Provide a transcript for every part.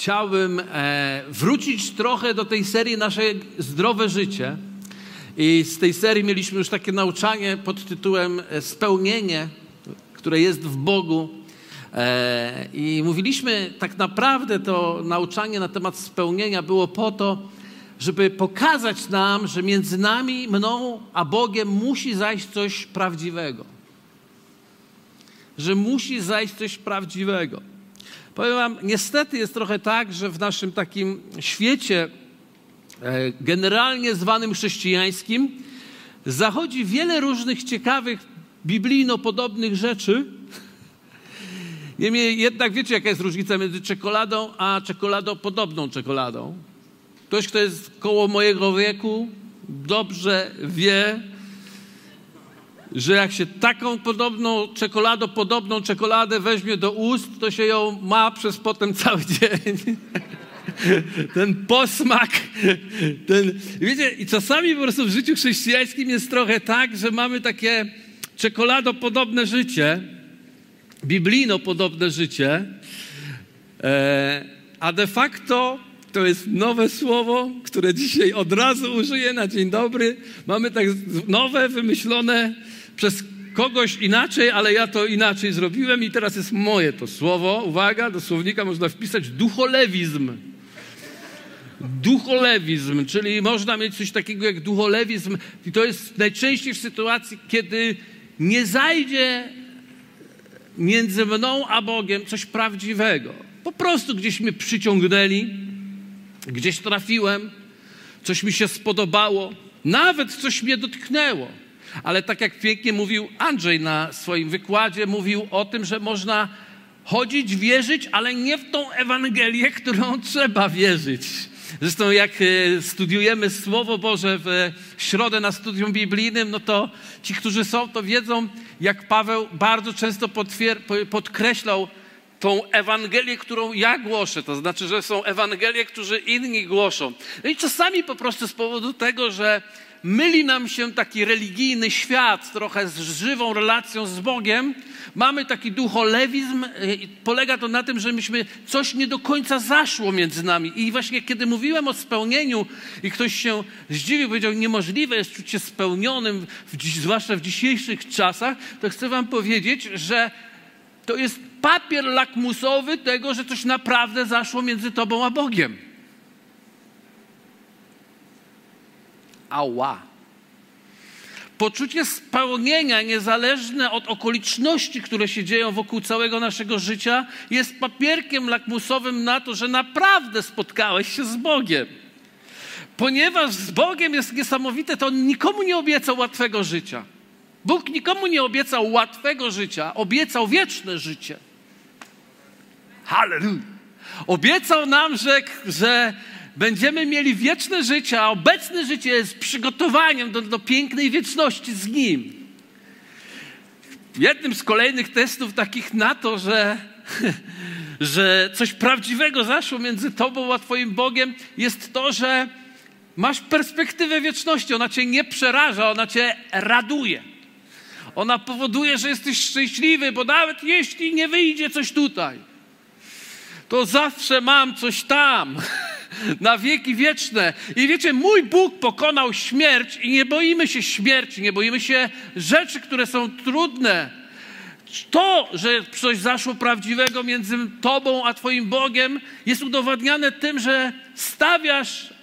chciałbym wrócić trochę do tej serii Nasze Zdrowe Życie. I z tej serii mieliśmy już takie nauczanie pod tytułem Spełnienie, które jest w Bogu. I mówiliśmy, tak naprawdę to nauczanie na temat spełnienia było po to, żeby pokazać nam, że między nami, mną a Bogiem musi zajść coś prawdziwego. Że musi zajść coś prawdziwego. Powiem wam, niestety jest trochę tak, że w naszym takim świecie generalnie zwanym chrześcijańskim zachodzi wiele różnych ciekawych, biblijno-podobnych rzeczy. Niemniej jednak wiecie, jaka jest różnica między czekoladą a czekoladopodobną czekoladą. Ktoś, kto jest koło mojego wieku, dobrze wie, że jak się taką podobną czekoladę weźmie do ust, to się ją ma przez potem cały dzień. Ten posmak, wiecie, i czasami po prostu w życiu chrześcijańskim jest trochę tak, że mamy takie czekoladopodobne życie, biblijno-podobne życie, a de facto to jest nowe słowo, które dzisiaj od razu użyję na dzień dobry. Mamy tak nowe, wymyślone przez kogoś inaczej, ale ja to inaczej zrobiłem i teraz jest moje to słowo. Uwaga, do słownika można wpisać ducholewizm. Ducholewizm, czyli można mieć coś takiego jak ducholewizm i to jest najczęściej w sytuacji, kiedy nie zajdzie między mną a Bogiem coś prawdziwego. Po prostu gdzieś mnie przyciągnęli, gdzieś trafiłem, coś mi się spodobało, nawet coś mnie dotknęło. Ale tak jak pięknie mówił Andrzej na swoim wykładzie, mówił o tym, że można chodzić, wierzyć, ale nie w tą Ewangelię, którą trzeba wierzyć. Zresztą jak studiujemy Słowo Boże w środę na studium biblijnym, no to ci, którzy są, to wiedzą, jak Paweł bardzo często podkreślał tą Ewangelię, którą ja głoszę. To znaczy, że są Ewangelie, które inni głoszą. No i czasami po prostu z powodu tego, że myli nam się taki religijny świat trochę z żywą relacją z Bogiem, mamy taki ducholewizm. Polega to na tym, że coś nie do końca zaszło między nami. I właśnie kiedy mówiłem o spełnieniu i ktoś się zdziwił, powiedział, niemożliwe jest czuć się spełnionym, zwłaszcza w dzisiejszych czasach, to chcę wam powiedzieć, że to jest papier lakmusowy tego, że coś naprawdę zaszło między tobą a Bogiem. Ała. Poczucie spełnienia niezależne od okoliczności, które się dzieją wokół całego naszego życia, jest papierkiem lakmusowym na to, że naprawdę spotkałeś się z Bogiem. Ponieważ z Bogiem jest niesamowite, to On nikomu nie obiecał łatwego życia. Bóg nikomu nie obiecał łatwego życia, obiecał wieczne życie. Halleluja. Obiecał nam, że będziemy mieli wieczne życie, a obecne życie jest przygotowaniem do pięknej wieczności z Nim. Jednym z kolejnych testów takich na to, że coś prawdziwego zaszło między tobą a twoim Bogiem, jest to, że masz perspektywę wieczności. Ona cię nie przeraża, ona cię raduje. Ona powoduje, że jesteś szczęśliwy, bo nawet jeśli nie wyjdzie coś tutaj, to zawsze mam coś tam. Na wieki wieczne. I wiecie, mój Bóg pokonał śmierć i nie boimy się śmierci, nie boimy się rzeczy, które są trudne. To, że coś zaszło prawdziwego między tobą a twoim Bogiem, jest udowadniane tym, że stawiasz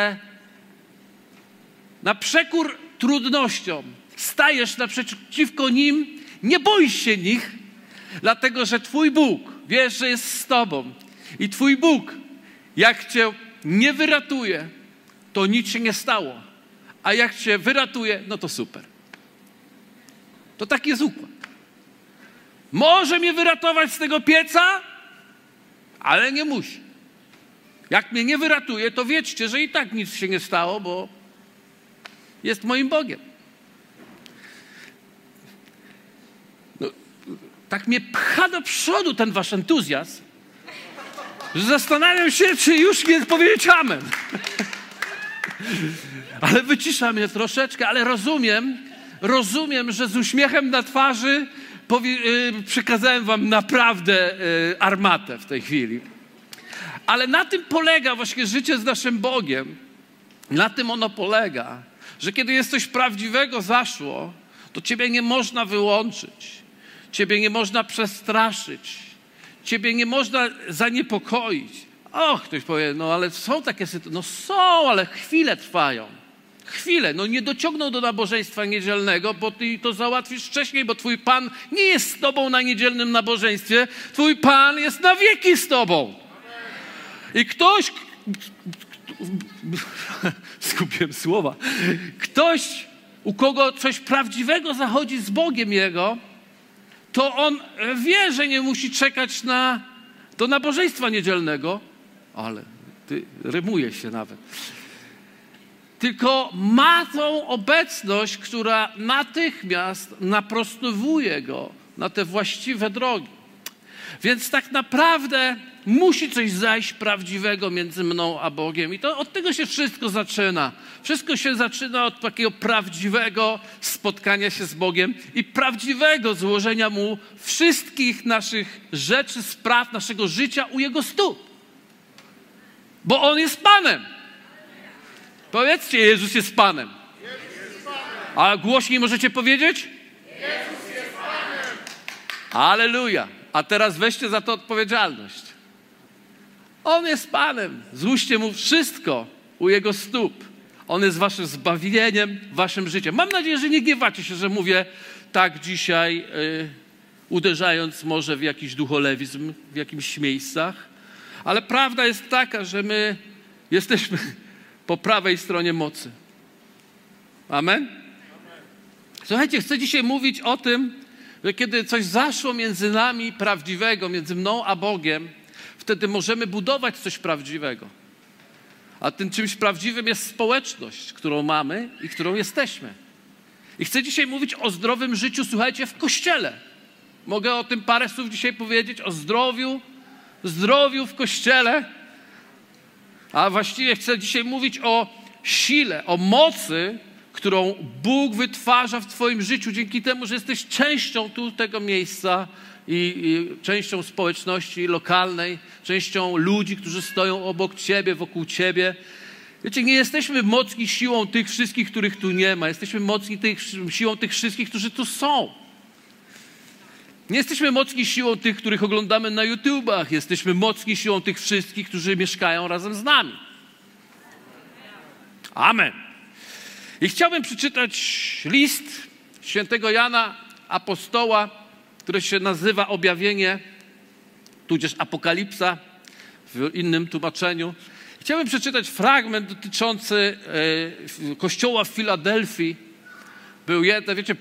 na przekór trudnościom. Stajesz naprzeciwko nim, nie boisz się nich, dlatego że twój Bóg, wiesz, że jest z tobą. I twój Bóg, jak cię nie wyratuje, to nic się nie stało. A jak cię wyratuje, no to super. To taki jest układ. Może mnie wyratować z tego pieca, ale nie musi. Jak mnie nie wyratuje, to wiedzcie, że i tak nic się nie stało, bo jest moim Bogiem. No, tak mnie pcha do przodu ten wasz entuzjazm, że zastanawiam się, czy już nie powiedzieć amen. Ale wycisza mnie troszeczkę, ale rozumiem, że z uśmiechem na twarzy przekazałem wam naprawdę armatę w tej chwili. Ale na tym polega właśnie życie z naszym Bogiem. Na tym ono polega, że kiedy jest coś prawdziwego zaszło, to ciebie nie można wyłączyć. Ciebie nie można przestraszyć. Ciebie nie można zaniepokoić. Ktoś powie, no ale są takie sytuacje. No są, ale chwile trwają. Chwilę, no nie dociągną do nabożeństwa niedzielnego, bo ty to załatwisz wcześniej, bo twój Pan nie jest z tobą na niedzielnym nabożeństwie. Twój Pan jest na wieki z tobą. I ktoś... Skupiłem słowa. Ktoś, u kogo coś prawdziwego zachodzi z Bogiem Jego, to on wie, że nie musi czekać do nabożeństwa niedzielnego, ale rymuje się nawet. Tylko ma tą obecność, która natychmiast naprostowuje go na te właściwe drogi. Więc tak naprawdę musi coś zajść prawdziwego między mną a Bogiem. I to od tego się wszystko zaczyna. Wszystko się zaczyna od takiego prawdziwego spotkania się z Bogiem i prawdziwego złożenia Mu wszystkich naszych rzeczy, spraw, naszego życia u Jego stóp. Bo On jest Panem. Powiedzcie, Jezus jest Panem. A głośniej możecie powiedzieć? Jezus jest Panem. Alleluja. A teraz weźcie za to odpowiedzialność. On jest Panem. Złóżcie Mu wszystko u Jego stóp. On jest waszym zbawieniem, waszym życiem. Mam nadzieję, że nie gniewacie się, że mówię tak dzisiaj, uderzając może w jakiś ducholewizm w jakimś miejscach. Ale prawda jest taka, że my jesteśmy po prawej stronie mocy. Amen? Słuchajcie, chcę dzisiaj mówić o tym, że kiedy coś zaszło między nami prawdziwego, między mną a Bogiem, wtedy możemy budować coś prawdziwego. A tym czymś prawdziwym jest społeczność, którą mamy i którą jesteśmy. I chcę dzisiaj mówić o zdrowym życiu, słuchajcie, w Kościele. Mogę o tym parę słów dzisiaj powiedzieć, o zdrowiu w Kościele. A właściwie chcę dzisiaj mówić o sile, o mocy, którą Bóg wytwarza w twoim życiu dzięki temu, że jesteś częścią tego miejsca i częścią społeczności lokalnej, częścią ludzi, którzy stoją obok ciebie, wokół ciebie. Wiecie, nie jesteśmy mocni siłą tych wszystkich, których tu nie ma. Jesteśmy mocni siłą tych wszystkich, którzy tu są. Nie jesteśmy mocni siłą tych, których oglądamy na YouTubach. Jesteśmy mocni siłą tych wszystkich, którzy mieszkają razem z nami. Amen. I chciałbym przeczytać list świętego Jana Apostoła, który się nazywa Objawienie, tudzież Apokalipsa w innym tłumaczeniu. Chciałbym przeczytać fragment dotyczący kościoła w Filadelfii. Był jeden, wiecie,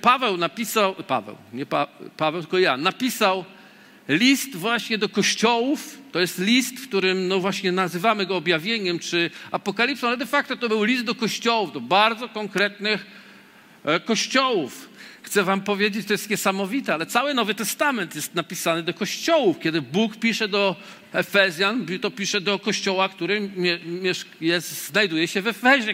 tylko Jan, napisał list właśnie do kościołów. To jest list, w którym no właśnie nazywamy go objawieniem czy apokalipsą, ale de facto to był list do kościołów, do bardzo konkretnych kościołów. Chcę wam powiedzieć, to jest niesamowite, ale cały Nowy Testament jest napisany do kościołów. Kiedy Bóg pisze do Efezjan, to pisze do kościoła, który znajduje się w Efezie.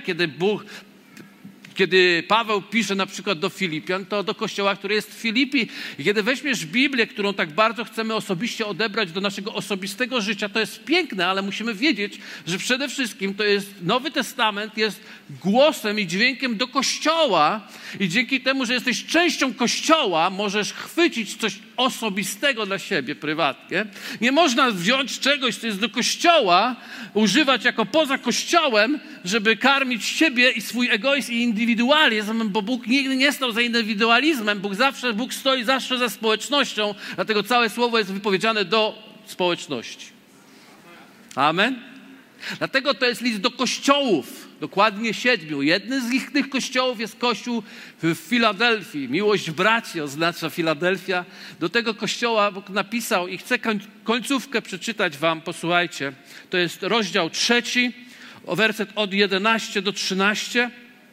Kiedy Paweł pisze na przykład do Filipian, to do kościoła, który jest w Filipi. I kiedy weźmiesz Biblię, którą tak bardzo chcemy osobiście odebrać do naszego osobistego życia, to jest piękne, ale musimy wiedzieć, że przede wszystkim to jest Nowy Testament, jest głosem i dźwiękiem do kościoła i dzięki temu, że jesteś częścią kościoła, możesz chwycić coś osobistego dla siebie prywatnie. Nie można wziąć czegoś, co jest do kościoła, używać jako poza kościołem, żeby karmić siebie i swój egoizm i indywidualizm, bo Bóg nigdy nie stał za indywidualizmem. Bóg stoi zawsze za społecznością, dlatego całe słowo jest wypowiedziane do społeczności. Amen? Dlatego to jest list do kościołów, dokładnie 7. Jednym z tych kościołów jest kościół w Filadelfii. Miłość braci oznacza Filadelfia. Do tego kościoła Bóg napisał i chcę końcówkę przeczytać wam, posłuchajcie. To jest rozdział 3, werset od 11 do 13.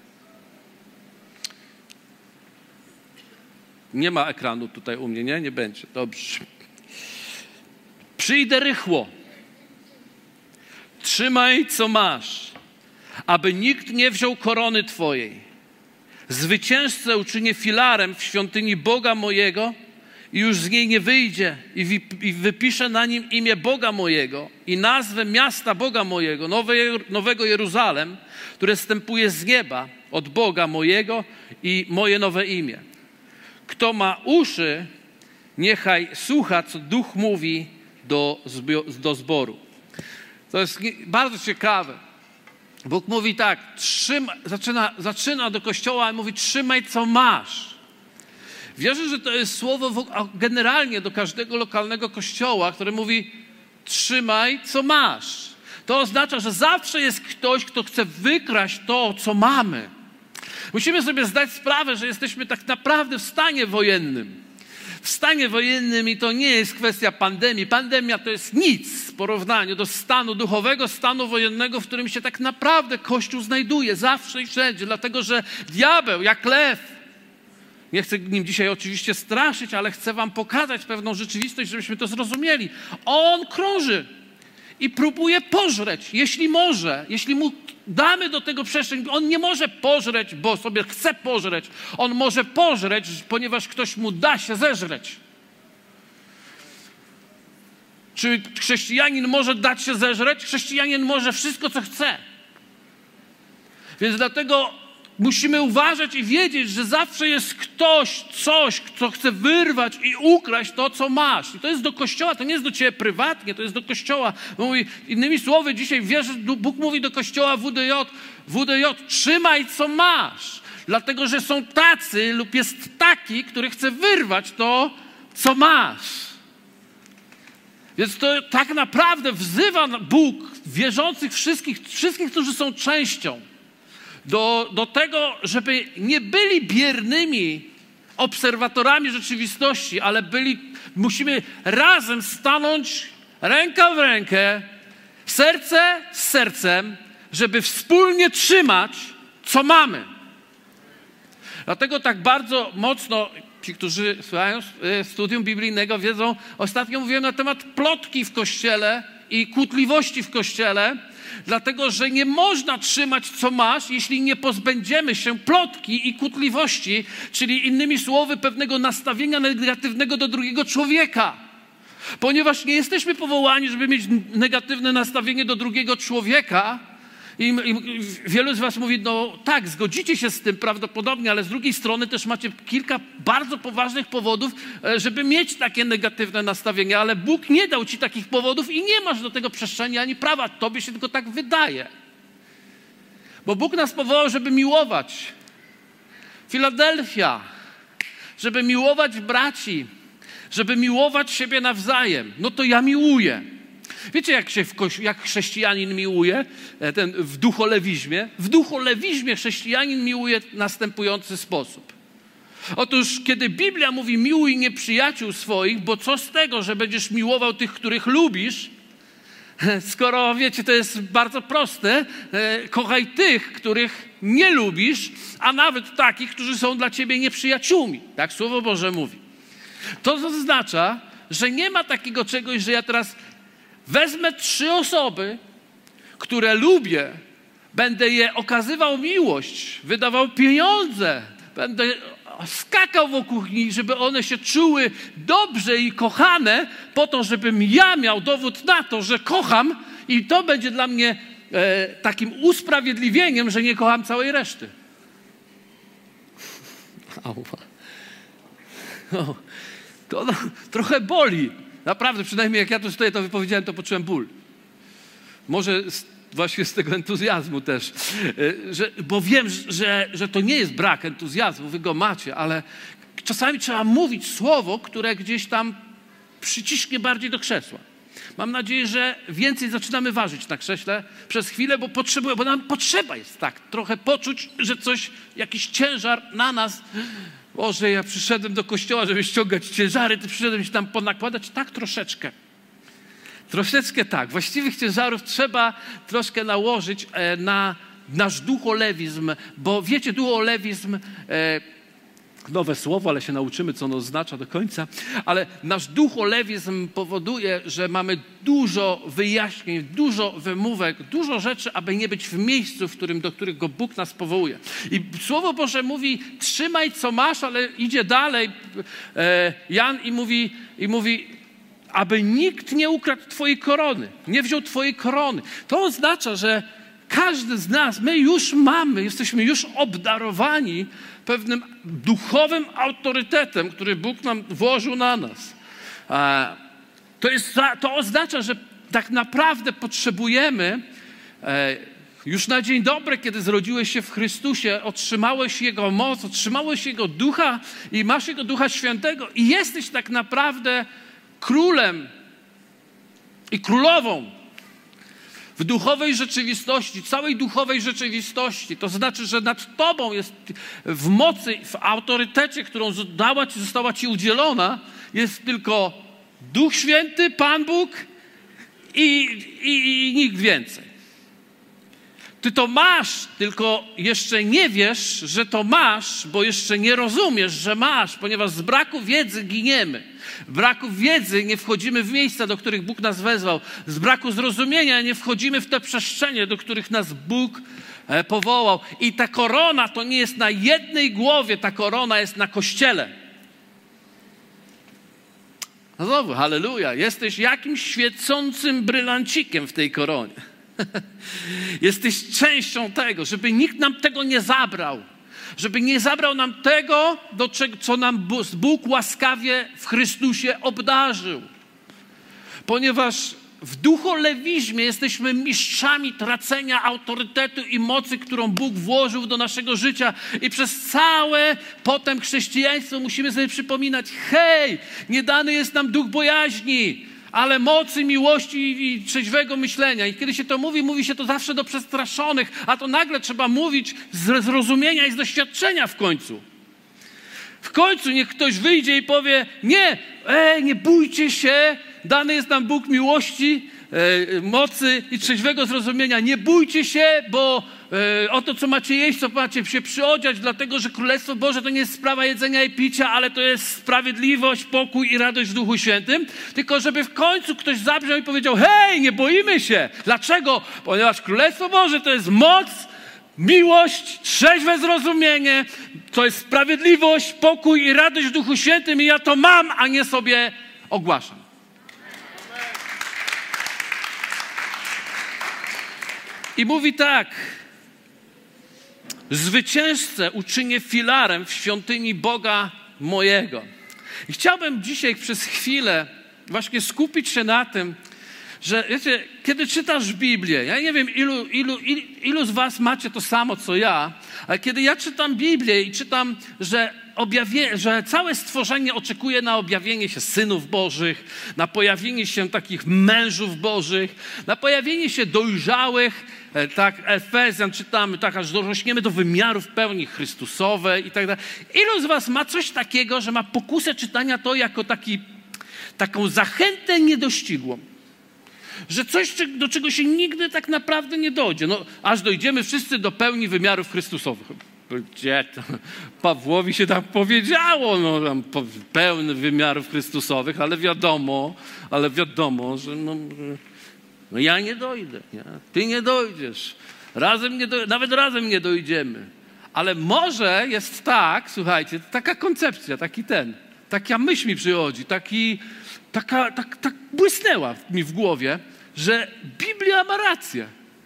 Nie ma ekranu tutaj u mnie, nie? Nie będzie. Dobrze. Przyjdę rychło. Trzymaj, co masz, aby nikt nie wziął korony twojej. Zwycięzcę uczynię filarem w świątyni Boga mojego i już z niej nie wyjdzie i wypiszę na nim imię Boga mojego i nazwę miasta Boga mojego, nowego Jeruzalem, które zstępuje z nieba od Boga mojego i moje nowe imię. Kto ma uszy, niechaj słucha, co Duch mówi do zboru. To jest bardzo ciekawe. Bóg mówi tak, zaczyna do Kościoła i mówi, trzymaj co masz. Wierzę, że to jest słowo generalnie do każdego lokalnego kościoła, które mówi, trzymaj co masz. To oznacza, że zawsze jest ktoś, kto chce wykraść to, co mamy. Musimy sobie zdać sprawę, że jesteśmy tak naprawdę w stanie wojennym. W stanie wojennym i to nie jest kwestia pandemii. Pandemia to jest nic w porównaniu do stanu duchowego, stanu wojennego, w którym się tak naprawdę Kościół znajduje. Zawsze i wszędzie. Dlatego, że diabeł jak lew, nie chcę nim dzisiaj oczywiście straszyć, ale chcę wam pokazać pewną rzeczywistość, żebyśmy to zrozumieli. On krąży i próbuje pożreć, jeśli może, jeśli mu damy do tego przestrzeń. On nie może pożreć, bo sobie chce pożreć. On może pożreć, ponieważ ktoś mu da się zeżreć. Czy chrześcijanin może dać się zeżreć? Chrześcijanin może wszystko, co chce. Więc dlatego musimy uważać i wiedzieć, że zawsze jest ktoś, coś, kto chce wyrwać i ukraść to, co masz. I to jest do Kościoła, to nie jest do ciebie prywatnie, to jest do Kościoła. Mówi, innymi słowy, dzisiaj wierzę, Bóg mówi do Kościoła WDJ, trzymaj, co masz. Dlatego, że są tacy lub jest taki, który chce wyrwać to, co masz. Więc to tak naprawdę wzywa Bóg wierzących wszystkich, którzy są częścią, do tego, żeby nie byli biernymi obserwatorami rzeczywistości, ale musimy razem stanąć ręka w rękę, serce z sercem, żeby wspólnie trzymać, co mamy. Dlatego tak bardzo mocno ci, którzy słuchają studium biblijnego, wiedzą, ostatnio mówiłem na temat plotki w Kościele i kłótliwości w Kościele, dlatego, że nie można trzymać, co masz, jeśli nie pozbędziemy się plotki i kłótliwości, czyli innymi słowy pewnego nastawienia negatywnego do drugiego człowieka. Ponieważ nie jesteśmy powołani, żeby mieć negatywne nastawienie do drugiego człowieka i wielu z was mówi, no tak, zgodzicie się z tym prawdopodobnie, ale z drugiej strony też macie kilka bardzo poważnych powodów, żeby mieć takie negatywne nastawienie, ale Bóg nie dał ci takich powodów i nie masz do tego przestrzeni ani prawa. Tobie się tylko tak wydaje. Bo Bóg nas powołał, żeby miłować. Filadelfia, żeby miłować braci, żeby miłować siebie nawzajem. No to ja miłuję. Wiecie, jak chrześcijanin miłuje w ducholewizmie? W ducholewizmie chrześcijanin miłuje w następujący sposób. Otóż, kiedy Biblia mówi miłuj nieprzyjaciół swoich, bo co z tego, że będziesz miłował tych, których lubisz, skoro, wiecie, to jest bardzo proste, kochaj tych, których nie lubisz, a nawet takich, którzy są dla ciebie nieprzyjaciółmi. Tak Słowo Boże mówi. To oznacza, że nie ma takiego czegoś, że ja teraz wezmę 3 osoby, które lubię, będę je okazywał miłość, wydawał pieniądze, będę skakał wokół nich, żeby one się czuły dobrze i kochane, po to, żebym ja miał dowód na to, że kocham i to będzie dla mnie takim usprawiedliwieniem, że nie kocham całej reszty. To trochę boli. Naprawdę, przynajmniej jak ja tu stoję, to wypowiedziałem, to poczułem ból. Może właśnie z tego entuzjazmu też. Bo wiem, że to nie jest brak entuzjazmu, wy go macie, ale czasami trzeba mówić słowo, które gdzieś tam przyciśnie bardziej do krzesła. Mam nadzieję, że więcej zaczynamy ważyć na krześle przez chwilę, bo nam potrzeba jest tak trochę poczuć, że jakiś ciężar na nas. Boże, ja przyszedłem do kościoła, żeby ściągać ciężary, ty przyszedłem się tam ponakładać. Tak troszeczkę. Troszeczkę tak. Właściwych ciężarów trzeba troszkę nałożyć na nasz ducholewizm, bo wiecie, ducholewizm nowe słowo, ale się nauczymy, co ono oznacza do końca. Ale nasz ducholewizm powoduje, że mamy dużo wyjaśnień, dużo wymówek, dużo rzeczy, aby nie być w miejscu, do którego Bóg nas powołuje. I Słowo Boże mówi, trzymaj co masz, ale idzie dalej Jan i mówi, aby nikt nie ukradł twojej korony, nie wziął twojej korony. To oznacza, że każdy z nas, my już mamy, jesteśmy już obdarowani pewnym duchowym autorytetem, który Bóg nam włożył na nas. To oznacza, że tak naprawdę potrzebujemy już na dzień dobry, kiedy zrodziłeś się w Chrystusie, otrzymałeś Jego moc, otrzymałeś Jego Ducha i masz Jego Ducha Świętego i jesteś tak naprawdę królem i królową w duchowej rzeczywistości, całej duchowej rzeczywistości. To znaczy, że nad tobą jest w mocy, w autorytecie, którą została ci udzielona, jest tylko Duch Święty, Pan Bóg i nikt więcej. Ty to masz, tylko jeszcze nie wiesz, że to masz, bo jeszcze nie rozumiesz, że masz, ponieważ z braku wiedzy giniemy. Z braku wiedzy nie wchodzimy w miejsca, do których Bóg nas wezwał. Z braku zrozumienia nie wchodzimy w te przestrzenie, do których nas Bóg powołał. I ta korona to nie jest na jednej głowie, ta korona jest na Kościele. No znowu, halleluja, jesteś jakimś świecącym brylancikiem w tej koronie. Jesteś częścią tego, żeby nikt nam tego nie zabrał. Żeby nie zabrał nam tego, co nam Bóg łaskawie w Chrystusie obdarzył. Ponieważ w ducholewizmie jesteśmy mistrzami tracenia autorytetu i mocy, którą Bóg włożył do naszego życia. I przez całe potem chrześcijaństwo musimy sobie przypominać, hej, nie dany jest nam duch bojaźni, ale mocy, miłości i trzeźwego myślenia. I kiedy się to mówi się to zawsze do przestraszonych, a to nagle trzeba mówić z zrozumienia i z doświadczenia w końcu. W końcu niech ktoś wyjdzie i powie, nie bójcie się, dany jest nam Bóg miłości, mocy i trzeźwego zrozumienia. Nie bójcie się, bo o to, co macie jeść, co macie się przyodziać, dlatego, że Królestwo Boże to nie jest sprawa jedzenia i picia, ale to jest sprawiedliwość, pokój i radość w Duchu Świętym. Tylko żeby w końcu ktoś zabrzmiał i powiedział, hej, nie boimy się. Dlaczego? Ponieważ Królestwo Boże to jest moc, miłość, trzeźwe zrozumienie, to jest sprawiedliwość, pokój i radość w Duchu Świętym i ja to mam, a nie sobie ogłaszam. I mówi tak, zwycięzcę uczynię filarem w świątyni Boga mojego. I chciałbym dzisiaj przez chwilę właśnie skupić się na tym, że wiecie, kiedy czytasz Biblię, ja nie wiem ilu z was macie to samo co ja, ale kiedy ja czytam Biblię i czytam, że całe stworzenie oczekuje na objawienie się synów Bożych, na pojawienie się takich mężów Bożych, na pojawienie się dojrzałych, tak, Efezjan czytamy, tak, aż dorośniemy do wymiarów pełni Chrystusowej i tak dalej. Ilu z was ma coś takiego, że ma pokusę czytania to jako taką zachętę niedościgłą? Że coś, do czego się nigdy tak naprawdę nie dojdzie. No, aż dojdziemy wszyscy do pełni wymiarów Chrystusowych. Gdzie to? Pawłowi się tak powiedziało, no, tam pełny wymiarów Chrystusowych, ale wiadomo, że no ja nie dojdę, nie? Ty nie dojdziesz. Nawet razem nie dojdziemy. Ale może jest tak, słuchajcie, taka koncepcja, taka myśl mi przychodzi, tak błysnęła mi w głowie, że Biblia ma rację.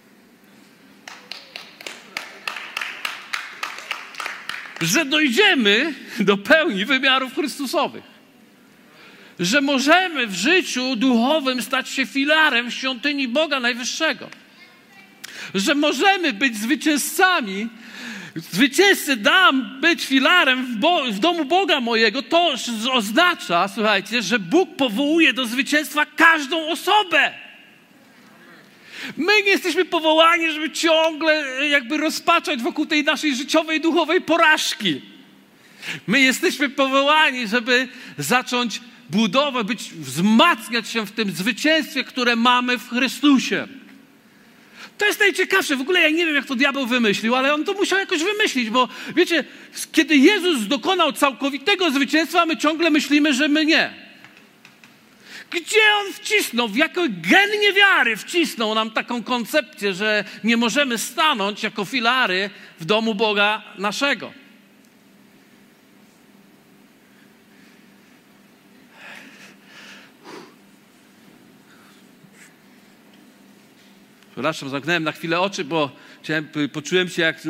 Że dojdziemy do pełni wymiarów Chrystusowych. Że możemy w życiu duchowym stać się filarem w świątyni Boga Najwyższego. Że możemy być zwycięzcami. Zwycięzcy dam być filarem w domu Boga mojego. To oznacza, słuchajcie, że Bóg powołuje do zwycięstwa każdą osobę. My nie jesteśmy powołani, żeby ciągle jakby rozpaczać wokół tej naszej życiowej, duchowej porażki. My jesteśmy powołani, żeby zacząć budować, wzmacniać się w tym zwycięstwie, które mamy w Chrystusie. To jest najciekawsze. W ogóle ja nie wiem, jak to diabeł wymyślił, ale on to musiał jakoś wymyślić, bo wiecie, kiedy Jezus dokonał całkowitego zwycięstwa, my ciągle myślimy, że my nie. Gdzie on wcisnął, w jakiej gen niewiary wcisnął nam taką koncepcję, że nie możemy stanąć jako filary w domu Boga naszego. Przepraszam, zamknąłem na chwilę oczy, bo poczułem się jak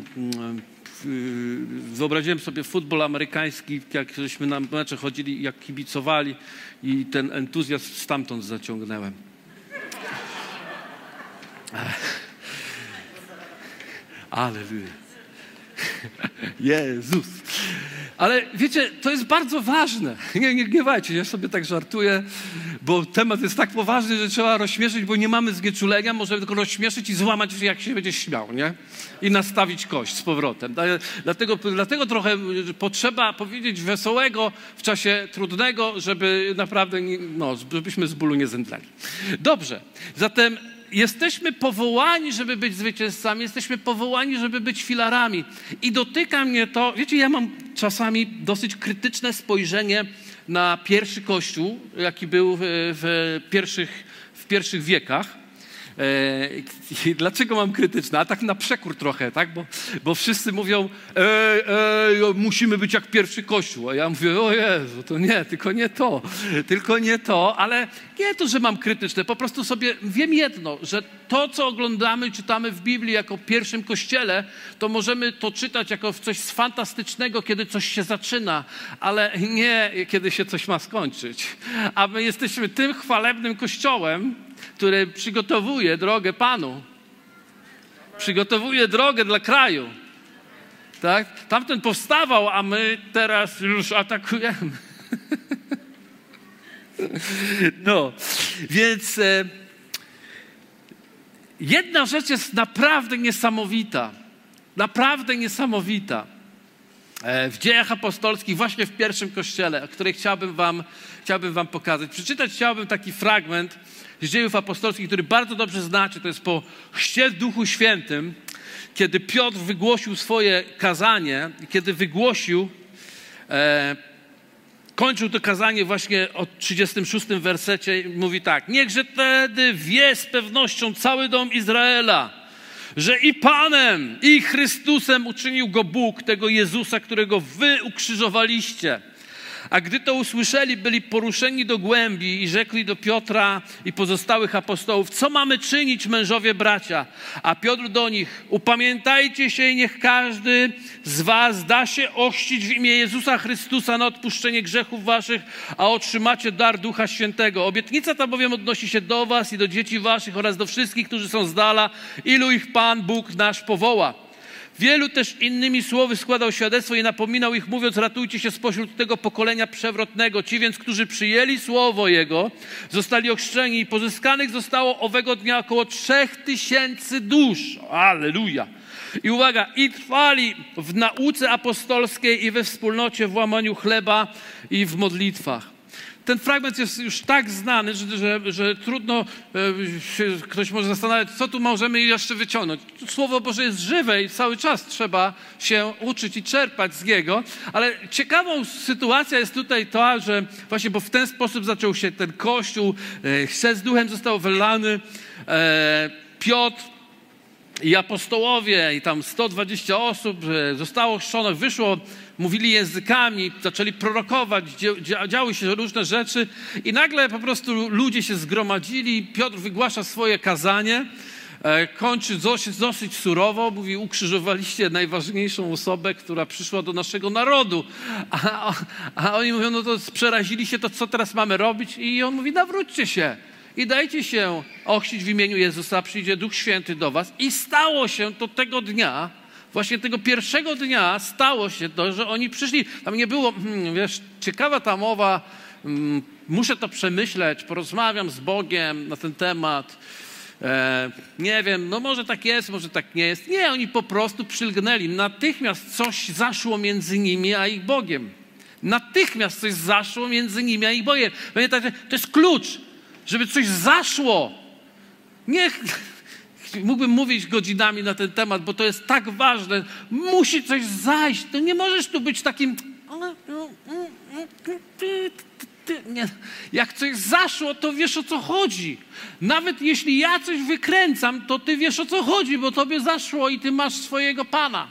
wyobraziłem sobie futbol amerykański, jak żeśmy na mecze chodzili, jak kibicowali i ten entuzjazm stamtąd zaciągnąłem. Alleluja. Jezus. Ale wiecie, to jest bardzo ważne. Nie gniewajcie, ja sobie tak żartuję, bo temat jest tak poważny, że trzeba rozśmieszyć, bo nie mamy znieczulenia, możemy tylko rozśmieszyć i złamać, jak się będzie śmiał, nie? I nastawić kość z powrotem. Dlatego trochę potrzeba powiedzieć wesołego w czasie trudnego, żeby naprawdę, żebyśmy z bólu nie zemdleli. Dobrze, zatem jesteśmy powołani, żeby być zwycięzcami, jesteśmy powołani, żeby być filarami. I dotyka mnie to, wiecie, ja mam czasami dosyć krytyczne spojrzenie na pierwszy Kościół, jaki był w pierwszych wiekach. Dlaczego mam krytyczne? A tak na przekór trochę, tak? Bo wszyscy mówią, musimy być jak pierwszy Kościół. A ja mówię, o Jezu, to nie, tylko nie to, ale nie to, że mam krytyczne, po prostu sobie wiem jedno, że to, co oglądamy, czytamy w Biblii jako pierwszym Kościele, to możemy to czytać jako coś fantastycznego, kiedy coś się zaczyna, ale nie, kiedy się coś ma skończyć. A my jesteśmy tym chwalebnym Kościołem, który przygotowuje drogę Panu. Przygotowuje drogę dla kraju. Tak? Tamten powstawał, a my teraz już atakujemy. No, więc jedna rzecz jest naprawdę niesamowita. Naprawdę niesamowita. W Dziejach Apostolskich, właśnie w pierwszym Kościele, o której chciałbym wam pokazać. Przeczytać chciałbym taki fragment z Dziejów Apostolskich, który bardzo dobrze znacie. To jest po chrzcie w Duchu Świętym, kiedy Piotr wygłosił swoje kazanie, kiedy wygłosił, kończył to kazanie właśnie od 36 wersecie i mówi tak: niechże wtedy wie z pewnością cały dom Izraela, że i Panem, i Chrystusem uczynił go Bóg, tego Jezusa, którego wy ukrzyżowaliście. A gdy to usłyszeli, byli poruszeni do głębi i rzekli do Piotra i pozostałych apostołów: co mamy czynić, mężowie bracia? A Piotr do nich: upamiętajcie się i niech każdy z was da się ochrzcić w imię Jezusa Chrystusa na odpuszczenie grzechów waszych, a otrzymacie dar Ducha Świętego. Obietnica ta bowiem odnosi się do was i do dzieci waszych oraz do wszystkich, którzy są z dala, ilu ich Pan Bóg nasz powoła. Wielu też innymi słowy składał świadectwo i napominał ich, mówiąc: ratujcie się spośród tego pokolenia przewrotnego. Ci więc, którzy przyjęli słowo Jego, zostali ochrzczeni i pozyskanych zostało owego dnia około 3000 dusz. Alleluja! I uwaga, i trwali w nauce apostolskiej i we wspólnocie, w łamaniu chleba i w modlitwach. Ten fragment jest już tak znany, że trudno ktoś może zastanawiać, co tu możemy jeszcze wyciągnąć. Słowo Boże jest żywe i cały czas trzeba się uczyć i czerpać z niego, ale ciekawą sytuacja jest tutaj to, że właśnie, bo w ten sposób zaczął się ten Kościół, chrzest Duchem został wylany, Piotr i apostołowie i tam 120 osób zostało chrzczonych, wyszło, mówili językami, zaczęli prorokować, działy się różne rzeczy i nagle po prostu ludzie się zgromadzili, Piotr wygłasza swoje kazanie, kończy dosyć surowo, mówi: ukrzyżowaliście najważniejszą osobę, która przyszła do naszego narodu. A oni mówią: no to przerazili się, to co teraz mamy robić? I on mówi: nawróćcie się i dajcie się ochrzcić w imieniu Jezusa, przyjdzie Duch Święty do was. I stało się to tego dnia, właśnie tego pierwszego dnia stało się to, że oni przyszli. Tam nie było, wiesz, ciekawa ta mowa, muszę to przemyśleć, porozmawiam z Bogiem na ten temat. Nie wiem, no może tak jest, może tak nie jest. Nie, oni po prostu przylgnęli. Natychmiast coś zaszło między nimi a ich Bogiem. Natychmiast coś zaszło między nimi a ich Bogiem. Pamiętajcie, to jest klucz, żeby coś zaszło. Nie mógłbym mówić godzinami na ten temat, bo to jest tak ważne. Musi coś zajść. To nie możesz tu być takim... Nie. Jak coś zaszło, to wiesz, o co chodzi. Nawet jeśli ja coś wykręcam, to ty wiesz, o co chodzi, bo tobie zaszło i ty masz swojego Pana.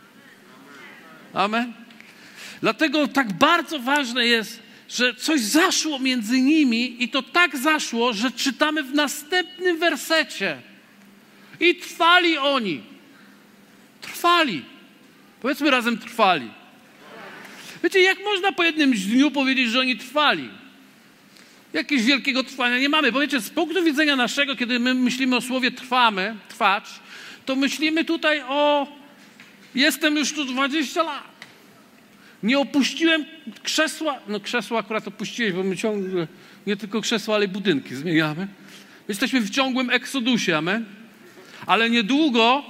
Amen. Dlatego tak bardzo ważne jest, że coś zaszło między nimi i to tak zaszło, że czytamy w następnym wersecie. I trwali oni. Trwali. Powiedzmy razem trwali. Wiecie, jak można po jednym dniu powiedzieć, że oni trwali? Jakiegoś wielkiego trwania nie mamy. Bo wiecie, z punktu widzenia naszego, kiedy my myślimy o słowie trwamy, trwać, to myślimy tutaj o jestem już tu 20 lat. Nie opuściłem krzesła. No krzesła akurat opuściłeś, bo my ciągle nie tylko krzesła, ale i budynki zmieniamy. Jesteśmy w ciągłym eksodusie, amen? Ale niedługo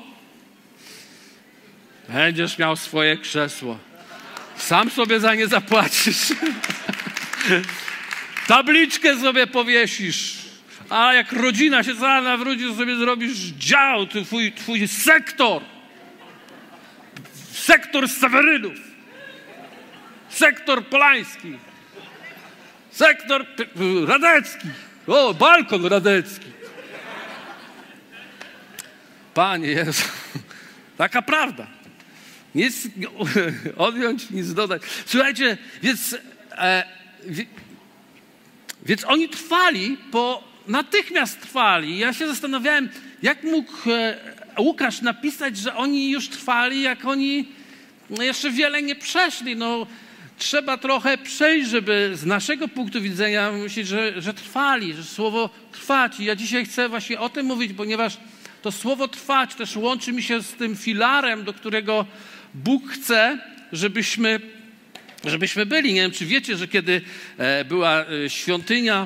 będziesz miał swoje krzesło. Sam sobie za nie zapłacisz. Tabliczkę sobie powiesisz. A jak rodzina się cała nawróci, to sobie zrobisz dział, twój sektor. Sektor Sewerynów. Sektor Polański. Sektor Radecki. O, balkon Radecki. Panie Jezu. Taka prawda. Nic odjąć, nic dodać. Słuchajcie, więc oni trwali, natychmiast trwali. Ja się zastanawiałem, jak mógł Łukasz napisać, że oni już trwali, jak oni jeszcze wiele nie przeszli. No, trzeba trochę przejść, żeby z naszego punktu widzenia myśleć, że trwali, że słowo trwać. I ja dzisiaj chcę właśnie o tym mówić, ponieważ to słowo trwać też łączy mi się z tym filarem, do którego Bóg chce, żebyśmy byli. Nie wiem, czy wiecie, że kiedy była świątynia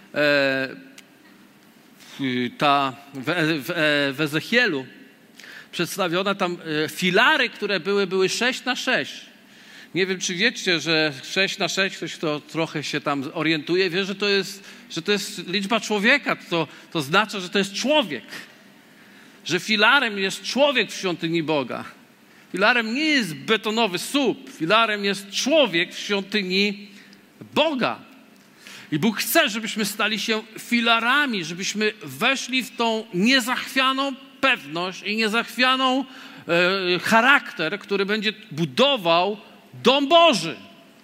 ta w Ezechielu przedstawiona, tam filary, które były 6x6. Nie wiem, czy wiecie, że 6x6, ktoś, kto trochę się tam orientuje, wie, że to jest liczba człowieka. To oznacza, że to jest człowiek. Że filarem jest człowiek w świątyni Boga. Filarem nie jest betonowy słup. Filarem jest człowiek w świątyni Boga. I Bóg chce, żebyśmy stali się filarami, żebyśmy weszli w tą niezachwianą pewność i niezachwianą charakter, który będzie budował dom Boży.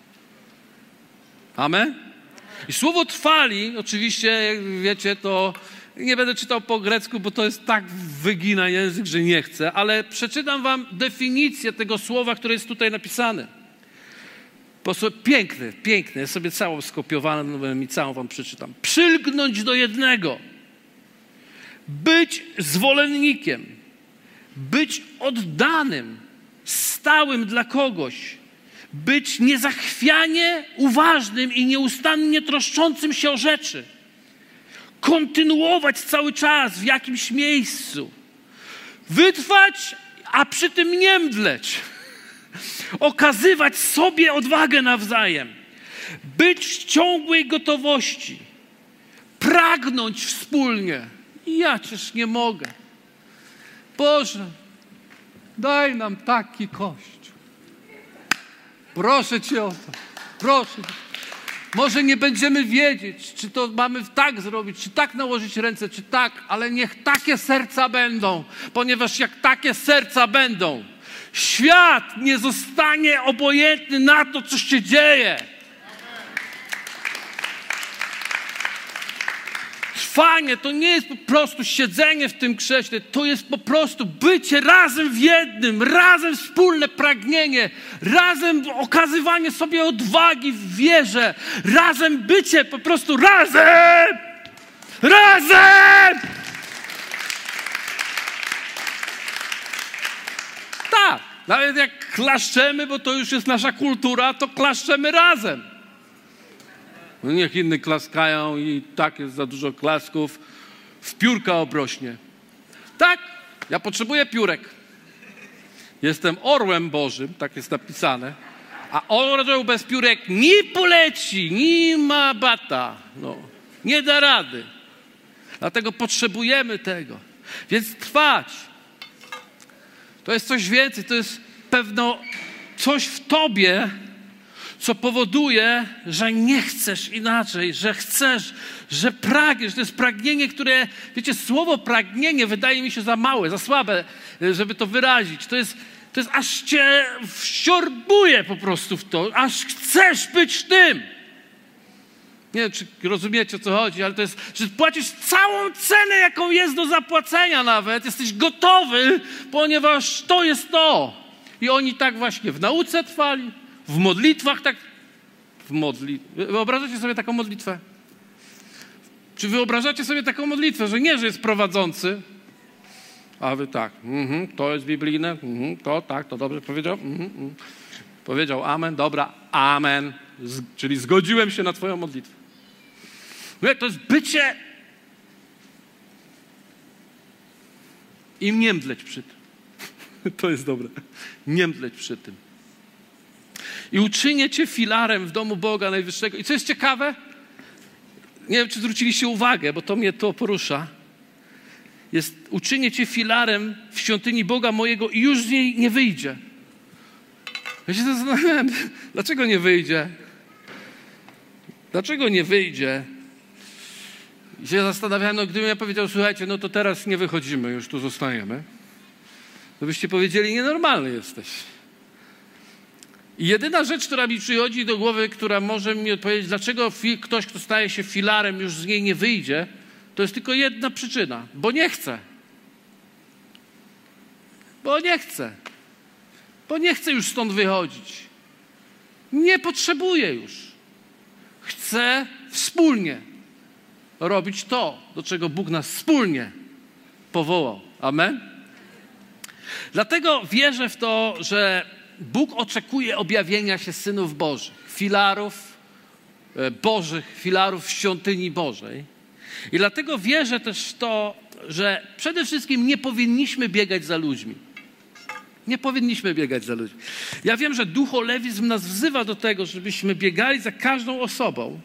Amen? I słowo trwali, oczywiście, jak wiecie, to nie będę czytał po grecku, bo to jest tak wygina język, że nie chcę, ale przeczytam wam definicję tego słowa, które jest tutaj napisane. Piękne, ja sobie całą skopiowałem i całą wam przeczytam. Przylgnąć do jednego, być zwolennikiem, być oddanym, stałym dla kogoś, być niezachwianie uważnym i nieustannie troszczącym się o rzeczy. Kontynuować cały czas w jakimś miejscu. Wytrwać, a przy tym nie mdleć. Okazywać sobie odwagę nawzajem. Być w ciągłej gotowości. Pragnąć wspólnie. I ja też nie mogę. Boże, daj nam taki Kościół. Proszę Cię o to. Proszę. Może nie będziemy wiedzieć, czy to mamy tak zrobić, czy tak nałożyć ręce, czy tak, ale niech takie serca będą, ponieważ jak takie serca będą, świat nie zostanie obojętny na to, co się dzieje. Trwanie to nie jest po prostu siedzenie w tym krześle, to jest po prostu bycie razem w jednym, razem wspólne pragnienie, razem okazywanie sobie odwagi w wierze, razem bycie po prostu razem! Razem! Tak, nawet jak klaszczemy, bo to już jest nasza kultura, to klaszczemy razem. No niech inni klaskają i tak jest za dużo klasków, w piórka obrośnie. Tak, ja potrzebuję piórek. Jestem orłem Bożym, tak jest napisane, a orzeł bez piórek nie poleci, nie ma bata, no, nie da rady. Dlatego potrzebujemy tego. Więc trwać. To jest coś więcej, to jest pewno coś w tobie, co powoduje, że nie chcesz inaczej, że chcesz, że pragniesz. To jest pragnienie, które, wiecie, słowo pragnienie wydaje mi się za małe, za słabe, żeby to wyrazić. To jest aż cię wsiorbuje po prostu w to, aż chcesz być tym. Nie wiem, czy rozumiecie, o co chodzi, ale to jest, że płacisz całą cenę, jaką jest do zapłacenia nawet. Jesteś gotowy, ponieważ to jest to. I oni tak właśnie w nauce trwali, w modlitwach tak. Wyobrażacie sobie taką modlitwę? Czy wyobrażacie sobie taką modlitwę, że nie, że jest prowadzący, a wy tak, to jest biblijne, to tak, to dobrze powiedział, powiedział amen, dobra, amen, czyli zgodziłem się na twoją modlitwę. To jest bycie i nie mdleć przy tym. To jest dobre. Nie mdleć przy tym. I uczynię cię filarem w domu Boga Najwyższego. I co jest ciekawe, nie wiem, czy zwróciliście uwagę, bo to mnie to porusza. Uczynię cię filarem w świątyni Boga mojego i już z niej nie wyjdzie. Ja się zastanawiałem, dlaczego nie wyjdzie? Dlaczego nie wyjdzie? I się zastanawiałem, gdybym ja powiedział, słuchajcie, no to teraz nie wychodzimy, już tu zostajemy. To byście powiedzieli, nienormalny jesteś. I jedyna rzecz, która mi przychodzi do głowy, która może mi odpowiedzieć, dlaczego ktoś, kto staje się filarem, już z niej nie wyjdzie, to jest tylko jedna przyczyna. Bo nie chce. Bo nie chce. Bo nie chce już stąd wychodzić. Nie potrzebuje już. Chce wspólnie robić to, do czego Bóg nas wspólnie powołał. Amen? Dlatego wierzę w to, że Bóg oczekuje objawienia się synów Bożych, filarów Bożych, filarów w świątyni Bożej. I dlatego wierzę też w to, że przede wszystkim nie powinniśmy biegać za ludźmi. Nie powinniśmy biegać za ludźmi. Ja wiem, że ducholewizm nas wzywa do tego, żebyśmy biegali za każdą osobą,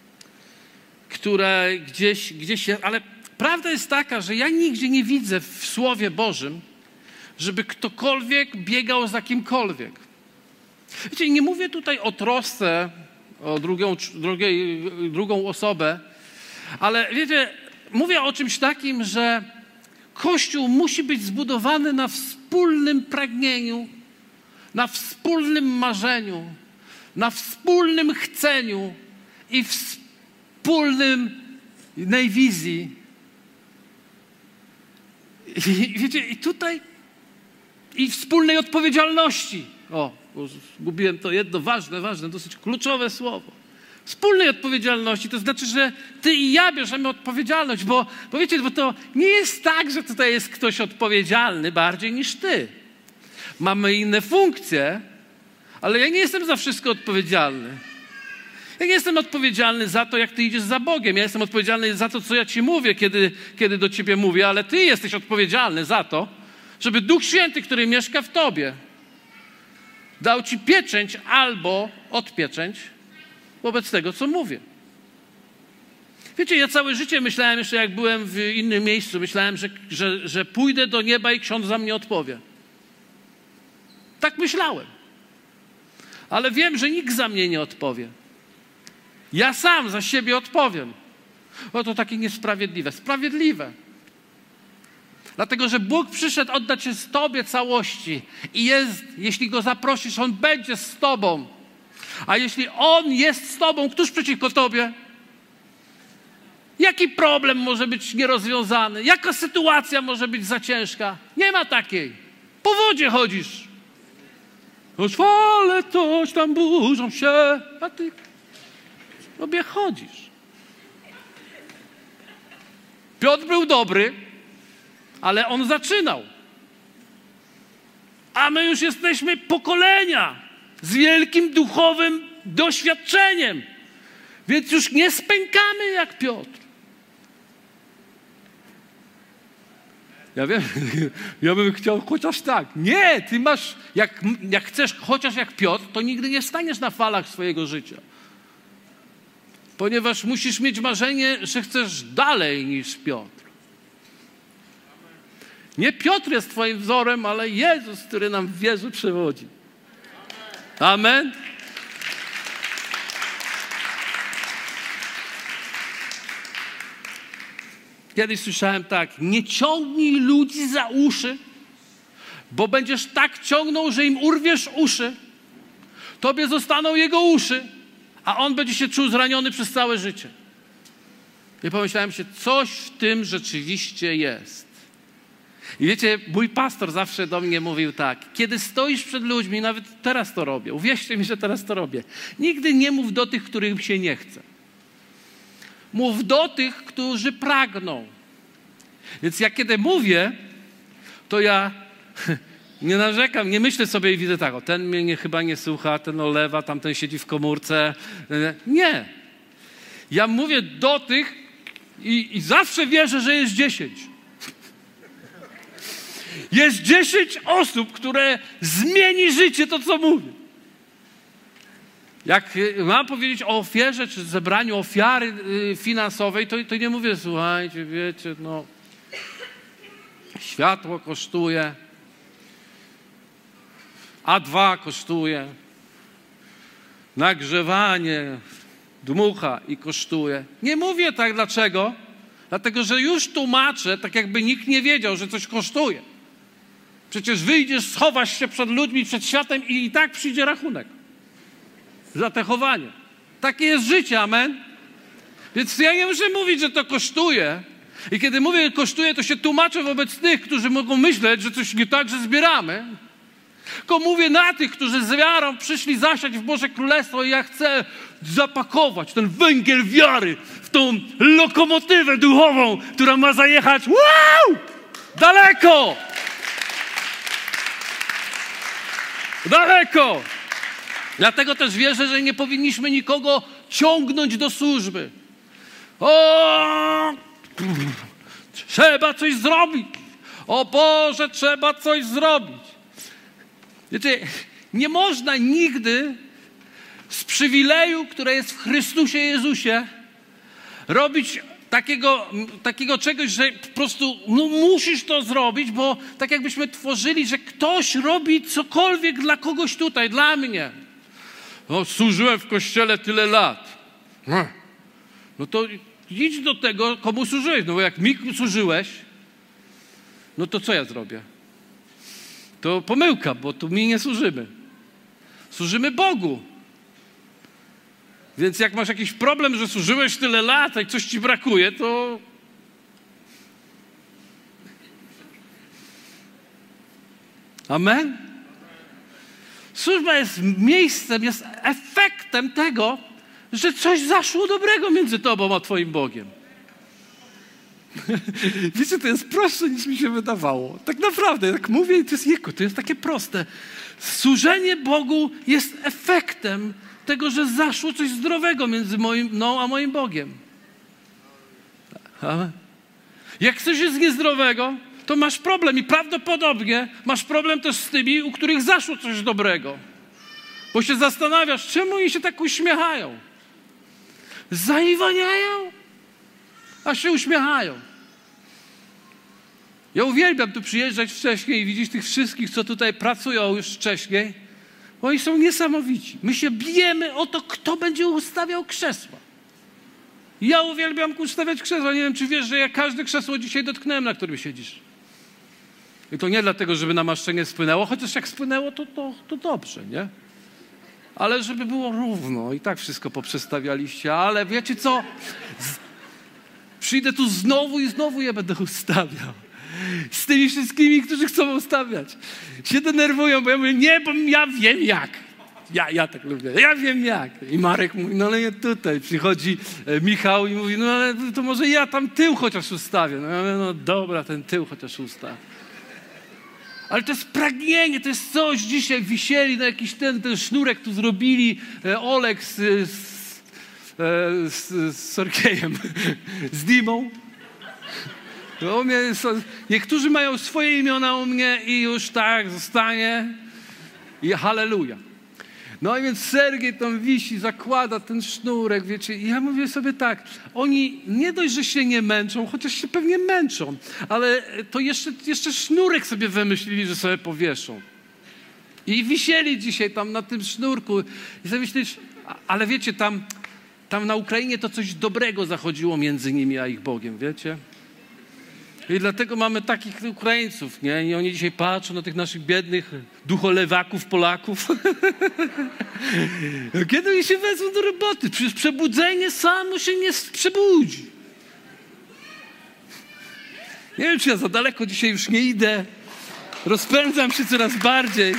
która gdzieś jest, ale prawda jest taka, że ja nigdzie nie widzę w Słowie Bożym, żeby ktokolwiek biegał za kimkolwiek. Wiecie, nie mówię tutaj o trosce o drugą osobę, ale wiecie, mówię o czymś takim, że Kościół musi być zbudowany na wspólnym pragnieniu, na wspólnym marzeniu, na wspólnym chceniu i wspólnej wizji. I wiecie, i tutaj i wspólnej odpowiedzialności. Zgubiłem to jedno ważne, dosyć kluczowe słowo. Wspólnej odpowiedzialności, to znaczy, że ty i ja bierzemy odpowiedzialność, bo wiecie, bo to nie jest tak, że tutaj jest ktoś odpowiedzialny bardziej niż ty. Mamy inne funkcje, ale ja nie jestem za wszystko odpowiedzialny. Ja nie jestem odpowiedzialny za to, jak ty idziesz za Bogiem. Ja jestem odpowiedzialny za to, co ja ci mówię, kiedy do ciebie mówię, ale ty jesteś odpowiedzialny za to, żeby Duch Święty, który mieszka w tobie, dał ci pieczęć albo odpieczęć wobec tego, co mówię. Wiecie, ja całe życie myślałem, jeszcze jak byłem w innym miejscu, myślałem, że pójdę do nieba i ksiądz za mnie odpowie. Tak myślałem. Ale wiem, że nikt za mnie nie odpowie. Ja sam za siebie odpowiem. To takie niesprawiedliwe. Sprawiedliwe. Dlatego, że Bóg przyszedł oddać się z tobie całości. I jeśli Go zaprosisz, On będzie z tobą. A jeśli On jest z tobą, któż przeciwko tobie? Jaki problem może być nierozwiązany? Jaka sytuacja może być za ciężka? Nie ma takiej. Po wodzie chodzisz. Choć fale coś tam burzą się, a ty sobie chodzisz. Piotr był dobry, ale on zaczynał. A my już jesteśmy pokolenia z wielkim duchowym doświadczeniem. Więc już nie spękamy jak Piotr. Ja wiem, ja bym chciał chociaż tak. Nie, ty masz, jak chcesz chociaż jak Piotr, to nigdy nie staniesz na falach swojego życia. Ponieważ musisz mieć marzenie, że chcesz dalej niż Piotr. Nie Piotr jest twoim wzorem, ale Jezus, który nam w wierze przewodzi. Amen. Kiedyś słyszałem tak: nie ciągnij ludzi za uszy, bo będziesz tak ciągnął, że im urwiesz uszy. Tobie zostaną jego uszy, a on będzie się czuł zraniony przez całe życie. I pomyślałem się, coś w tym rzeczywiście jest. I wiecie, mój pastor zawsze do mnie mówił tak: kiedy stoisz przed ludźmi, nawet teraz to robię, uwierzcie mi, że teraz to robię, nigdy nie mów do tych, którym się nie chce. Mów do tych, którzy pragną. Więc ja kiedy mówię, to ja nie narzekam, nie myślę sobie i widzę tak: o, ten mnie chyba nie słucha, ten olewa, tamten siedzi w komórce. Nie. Ja mówię do tych i zawsze wierzę, że jest 10. Jest 10 osób, które zmieni życie to, co mówię. Jak mam powiedzieć o ofierze, czy zebraniu ofiary finansowej, to nie mówię: słuchajcie, wiecie, no, światło kosztuje, A2 kosztuje, nagrzewanie dmucha i kosztuje. Nie mówię tak. Dlaczego? Dlatego, że już tłumaczę, tak jakby nikt nie wiedział, że coś kosztuje. Przecież wyjdziesz, schowasz się przed ludźmi, przed światem i tak przyjdzie rachunek za te chowanie. Takie jest życie, amen? Więc ja nie muszę mówić, że to kosztuje. I kiedy mówię, że kosztuje, to się tłumaczę wobec tych, którzy mogą myśleć, że coś nie tak, że zbieramy. Tylko mówię na tych, którzy z wiarą przyszli zasiać w Boże Królestwo i ja chcę zapakować ten węgiel wiary w tą lokomotywę duchową, która ma zajechać daleko! Daleko! Dlatego też wierzę, że nie powinniśmy nikogo ciągnąć do służby. O, trzeba coś zrobić. O Boże, trzeba coś zrobić. Wiecie, nie można nigdy z przywileju, które jest w Chrystusie Jezusie, robić takiego czegoś, że po prostu musisz to zrobić, bo tak jakbyśmy tworzyli, że ktoś robi cokolwiek dla kogoś tutaj, dla mnie. No, służyłem w kościele tyle lat. No to idź do tego, komu służyłeś. No bo jak mi służyłeś, no to co ja zrobię? To pomyłka, bo tu mi nie służymy. Służymy Bogu. Więc jak masz jakiś problem, że służyłeś tyle lat i coś ci brakuje, to amen? Służba jest miejscem, jest efektem tego, że coś zaszło dobrego między tobą a twoim Bogiem. Wiecie, to jest prostsze, niż mi się wydawało. Tak naprawdę, jak mówię, i to jest takie proste. Służenie Bogu jest efektem tego, że zaszło coś zdrowego między mną a moim Bogiem. Amen. Jak coś jest niezdrowego, to masz problem i prawdopodobnie masz problem też z tymi, u których zaszło coś dobrego. Bo się zastanawiasz, czemu oni się tak uśmiechają. Zaiwaniają, a się uśmiechają. Ja uwielbiam tu przyjeżdżać wcześniej i widzieć tych wszystkich, co tutaj pracują już wcześniej. Oni są niesamowici. My się bijemy o to, kto będzie ustawiał krzesła. Ja uwielbiam ustawiać krzesła. Nie wiem, czy wiesz, że ja każde krzesło dzisiaj dotknąłem, na którym siedzisz. I to nie dlatego, żeby namaszczenie spłynęło, chociaż jak spłynęło, to dobrze, nie? Ale żeby było równo. I tak wszystko poprzestawialiście. Ale wiecie co? Przyjdę tu znowu i znowu je będę ustawiał. Z tymi wszystkimi, którzy chcą ustawiać. Się denerwują, bo ja mówię, nie, bo ja wiem jak. Ja tak lubię. Ja wiem jak. I Marek mówi, no ale nie tutaj. Przychodzi Michał i mówi, no ale to może ja tam tył chociaż ustawię. No ja mówię, no dobra, ten tył chociaż ustawię. Ale to jest pragnienie, to jest coś. Dzisiaj wisieli na jakiś ten sznurek tu zrobili Olek z Sorkiejem, z Dimą. No, niektórzy mają swoje imiona u mnie i już tak zostanie. I halleluja. No i więc Sergiej tam wisi, zakłada ten sznurek, wiecie. I ja mówię sobie tak, oni nie dość, że się nie męczą, chociaż się pewnie męczą, ale to jeszcze sznurek sobie wymyślili, że sobie powieszą. I wisieli dzisiaj tam na tym sznurku. I sobie myślisz, ale wiecie, tam na Ukrainie to coś dobrego zachodziło między nimi a ich Bogiem, wiecie? I dlatego mamy takich Ukraińców, nie? I oni dzisiaj patrzą na tych naszych biednych ducholewaków, Polaków. Kiedy oni się wezmą do roboty? Przecież przebudzenie samo się nie przebudzi. Nie wiem, czy ja za daleko dzisiaj już nie idę. Rozpędzam się coraz bardziej.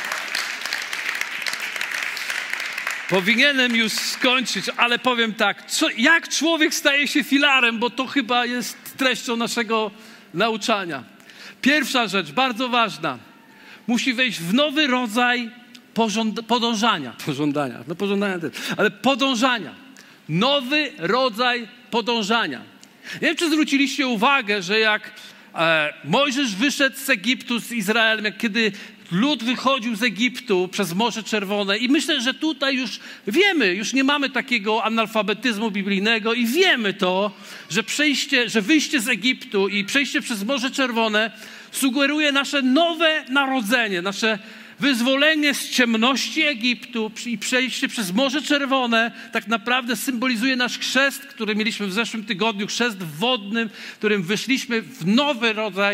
Powinienem już skończyć, ale powiem tak, jak człowiek staje się filarem, bo to chyba jest treścią naszego nauczania. Pierwsza rzecz, bardzo ważna, musi wejść w nowy rodzaj podążania. Pożądania też, ale podążania. Nowy rodzaj podążania. Nie wiem, czy zwróciliście uwagę, że jak Mojżesz wyszedł z Egiptu z Izraelem, jak kiedy lud wychodził z Egiptu przez Morze Czerwone i myślę, że tutaj już wiemy, już nie mamy takiego analfabetyzmu biblijnego i wiemy to, że wyjście z Egiptu i przejście przez Morze Czerwone sugeruje nasze nowe narodzenie, nasze wyzwolenie z ciemności Egiptu i przejście przez Morze Czerwone tak naprawdę symbolizuje nasz chrzest, który mieliśmy w zeszłym tygodniu, chrzest wodnym, w którym wyszliśmy w nowy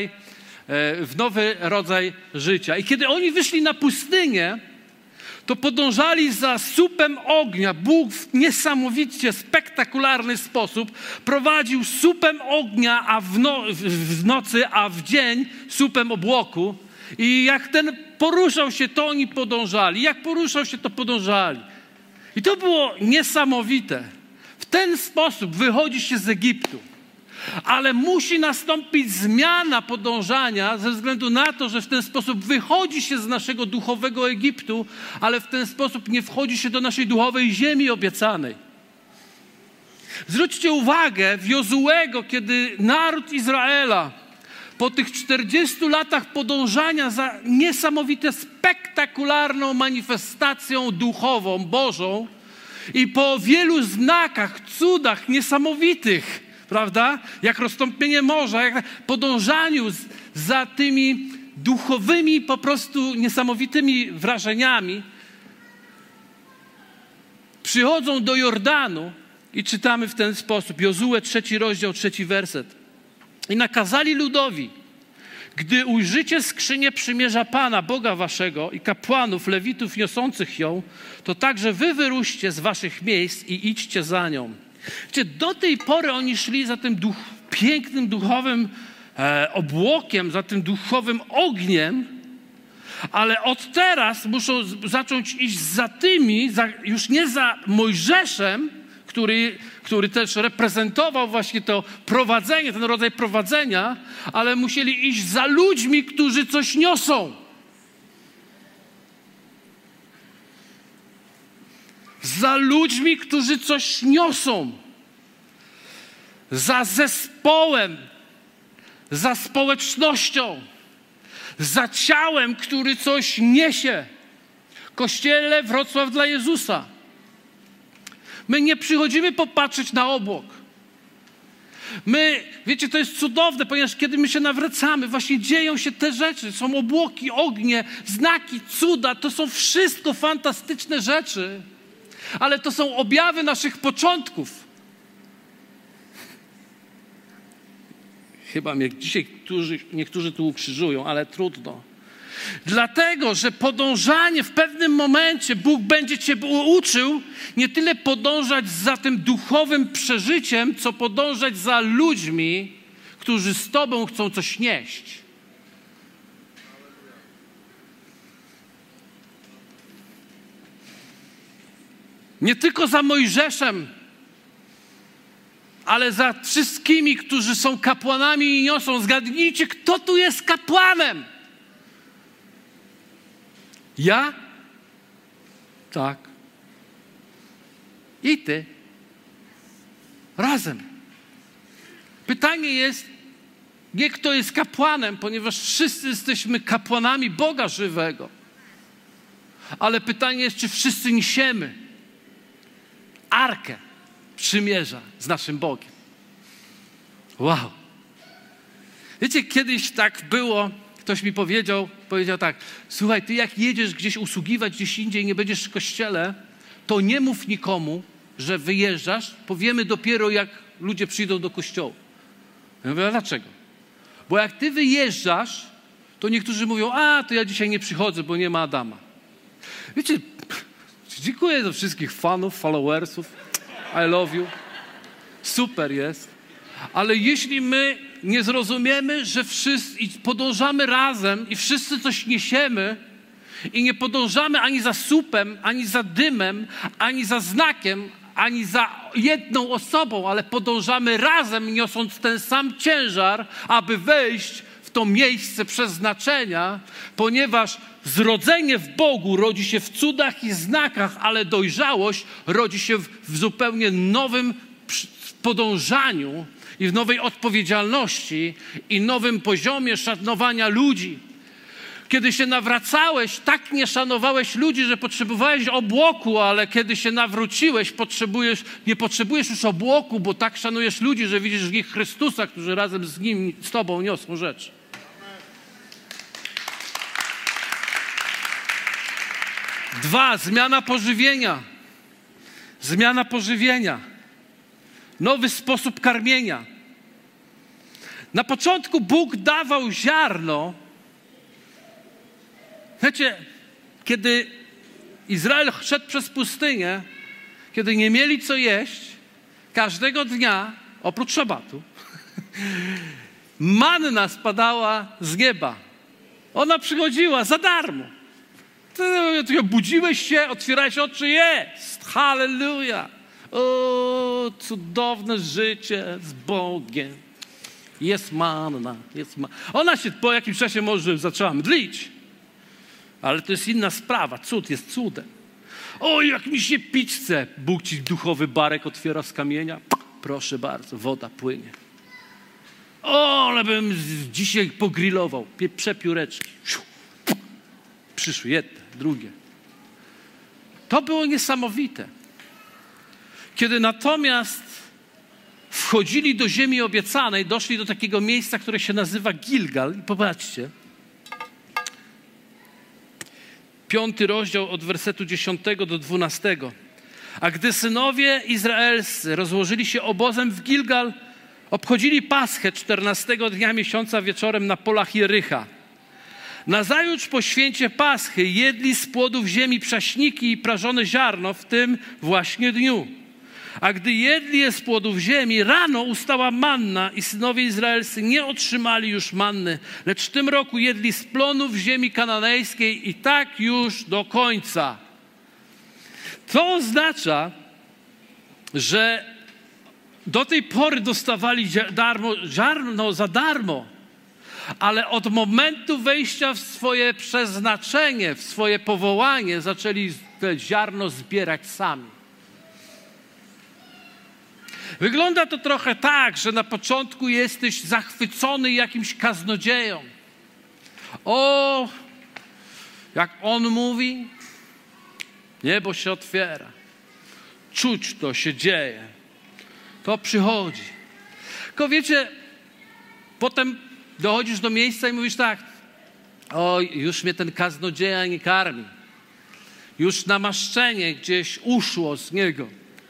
rodzaj życia. I kiedy oni wyszli na pustynię, to podążali za słupem ognia. Bóg w niesamowicie spektakularny sposób prowadził słupem ognia w nocy, a w dzień słupem obłoku. I jak ten poruszał się, to oni podążali. Jak poruszał się, to podążali. I to było niesamowite. W ten sposób wychodzi się z Egiptu. Ale musi nastąpić zmiana podążania ze względu na to, że w ten sposób wychodzi się z naszego duchowego Egiptu, ale w ten sposób nie wchodzi się do naszej duchowej ziemi obiecanej. Zwróćcie uwagę w Jozuego, kiedy naród Izraela po tych 40 latach podążania za niesamowite, spektakularną manifestacją duchową, Bożą i po wielu znakach, cudach niesamowitych, prawda? Jak rozstąpienie morza, jak podążaniu za tymi duchowymi po prostu niesamowitymi wrażeniami, przychodzą do Jordanu i czytamy w ten sposób. Jozue 3 rozdział, 3 werset. I nakazali ludowi, gdy ujrzycie skrzynię przymierza Pana, Boga waszego i kapłanów, lewitów niosących ją, to także wy wyruszcie z waszych miejsc i idźcie za nią. Wiecie, do tej pory oni szli za tym pięknym duchowym obłokiem, za tym duchowym ogniem, ale od teraz muszą zacząć iść za tymi, już nie za Mojżeszem, który też reprezentował właśnie to prowadzenie, ten rodzaj prowadzenia, ale musieli iść za ludźmi, którzy coś niosą. Za ludźmi, którzy coś niosą. Za zespołem, za społecznością, za ciałem, który coś niesie. Kościele Wrocław dla Jezusa. My nie przychodzimy popatrzeć na obłok. Wiecie, to jest cudowne, ponieważ kiedy my się nawracamy, właśnie dzieją się te rzeczy. Są obłoki, ognie, znaki, cuda. To są wszystko fantastyczne rzeczy. Ale to są objawy naszych początków. Chyba mnie dzisiaj niektórzy tu ukrzyżują, ale trudno. Dlatego, że podążanie w pewnym momencie Bóg będzie cię uczył nie tyle podążać za tym duchowym przeżyciem, co podążać za ludźmi, którzy z tobą chcą coś nieść. Nie tylko za Mojżeszem, ale za wszystkimi, którzy są kapłanami i niosą. Zgadnijcie, kto tu jest kapłanem? Ja? Tak. I ty. Razem. Pytanie jest, nie kto jest kapłanem, ponieważ wszyscy jesteśmy kapłanami Boga żywego. Ale pytanie jest, czy wszyscy niesiemy arkę przymierza z naszym Bogiem. Wow. Wiecie, kiedyś tak było, ktoś mi powiedział tak, słuchaj, ty jak jedziesz gdzieś usługiwać gdzieś indziej, nie będziesz w kościele, to nie mów nikomu, że wyjeżdżasz, powiemy dopiero jak ludzie przyjdą do kościoła. Ja mówię, a dlaczego? Bo jak ty wyjeżdżasz, to niektórzy mówią, to ja dzisiaj nie przychodzę, bo nie ma Adama. Wiecie, dziękuję do wszystkich fanów, followersów. I love you. Super jest. Ale jeśli my nie zrozumiemy, że wszyscy i podążamy razem i wszyscy coś niesiemy i nie podążamy ani za słupem, ani za dymem, ani za znakiem, ani za jedną osobą, ale podążamy razem, niosąc ten sam ciężar, aby wejść w to miejsce przeznaczenia, ponieważ zrodzenie w Bogu rodzi się w cudach i znakach, ale dojrzałość rodzi się w zupełnie nowym podążaniu i w nowej odpowiedzialności i nowym poziomie szanowania ludzi. Kiedy się nawracałeś, tak nie szanowałeś ludzi, że potrzebowałeś obłoku, ale kiedy się nawróciłeś, nie potrzebujesz już obłoku, bo tak szanujesz ludzi, że widzisz w nich Chrystusa, którzy razem z Tobą niosą rzeczy. Dwa, zmiana pożywienia. Zmiana pożywienia. Nowy sposób karmienia. Na początku Bóg dawał ziarno. Wiecie, kiedy Izrael szedł przez pustynię, kiedy nie mieli co jeść, każdego dnia, oprócz szabatu, manna spadała z nieba. Ona przychodziła za darmo. Ty budziłeś się, otwierałeś oczy, jest! Halleluja! O, cudowne życie z Bogiem. Jest manna, jest manna. Ona się po jakimś czasie może zaczęła mdlić. Ale to jest inna sprawa. Cud jest cudem. O, jak mi się pić chce. Bóg ci duchowy barek otwiera z kamienia. Proszę bardzo, woda płynie. O, ale bym dzisiaj pogrillował. Przepióreczki. Przyszły jedne, drugie. To było niesamowite. Kiedy natomiast wchodzili do ziemi obiecanej, doszli do takiego miejsca, które się nazywa Gilgal. I popatrzcie. 5 rozdział od wersetu 10 do 12. A gdy synowie izraelscy rozłożyli się obozem w Gilgal, obchodzili Paschę 14 dnia miesiąca wieczorem na polach Jericha. Nazajutrz po święcie Paschy jedli z płodów ziemi prześniki i prażone ziarno w tym właśnie dniu. A gdy jedli je z płodów ziemi, rano ustała manna i synowie izraelscy nie otrzymali już manny, lecz w tym roku jedli z plonów ziemi kananejskiej i tak już do końca. To oznacza, że do tej pory dostawali ziarno za darmo, ale od momentu wejścia w swoje przeznaczenie, w swoje powołanie, zaczęli to ziarno zbierać sami. Wygląda to trochę tak, że na początku jesteś zachwycony jakimś kaznodzieją. O, jak on mówi, niebo się otwiera. Czuć to się dzieje. To przychodzi. Tylko wiecie, potem dochodzisz do miejsca i mówisz tak, oj, już mnie ten kaznodzieja nie karmi. Już namaszczenie gdzieś uszło z niego.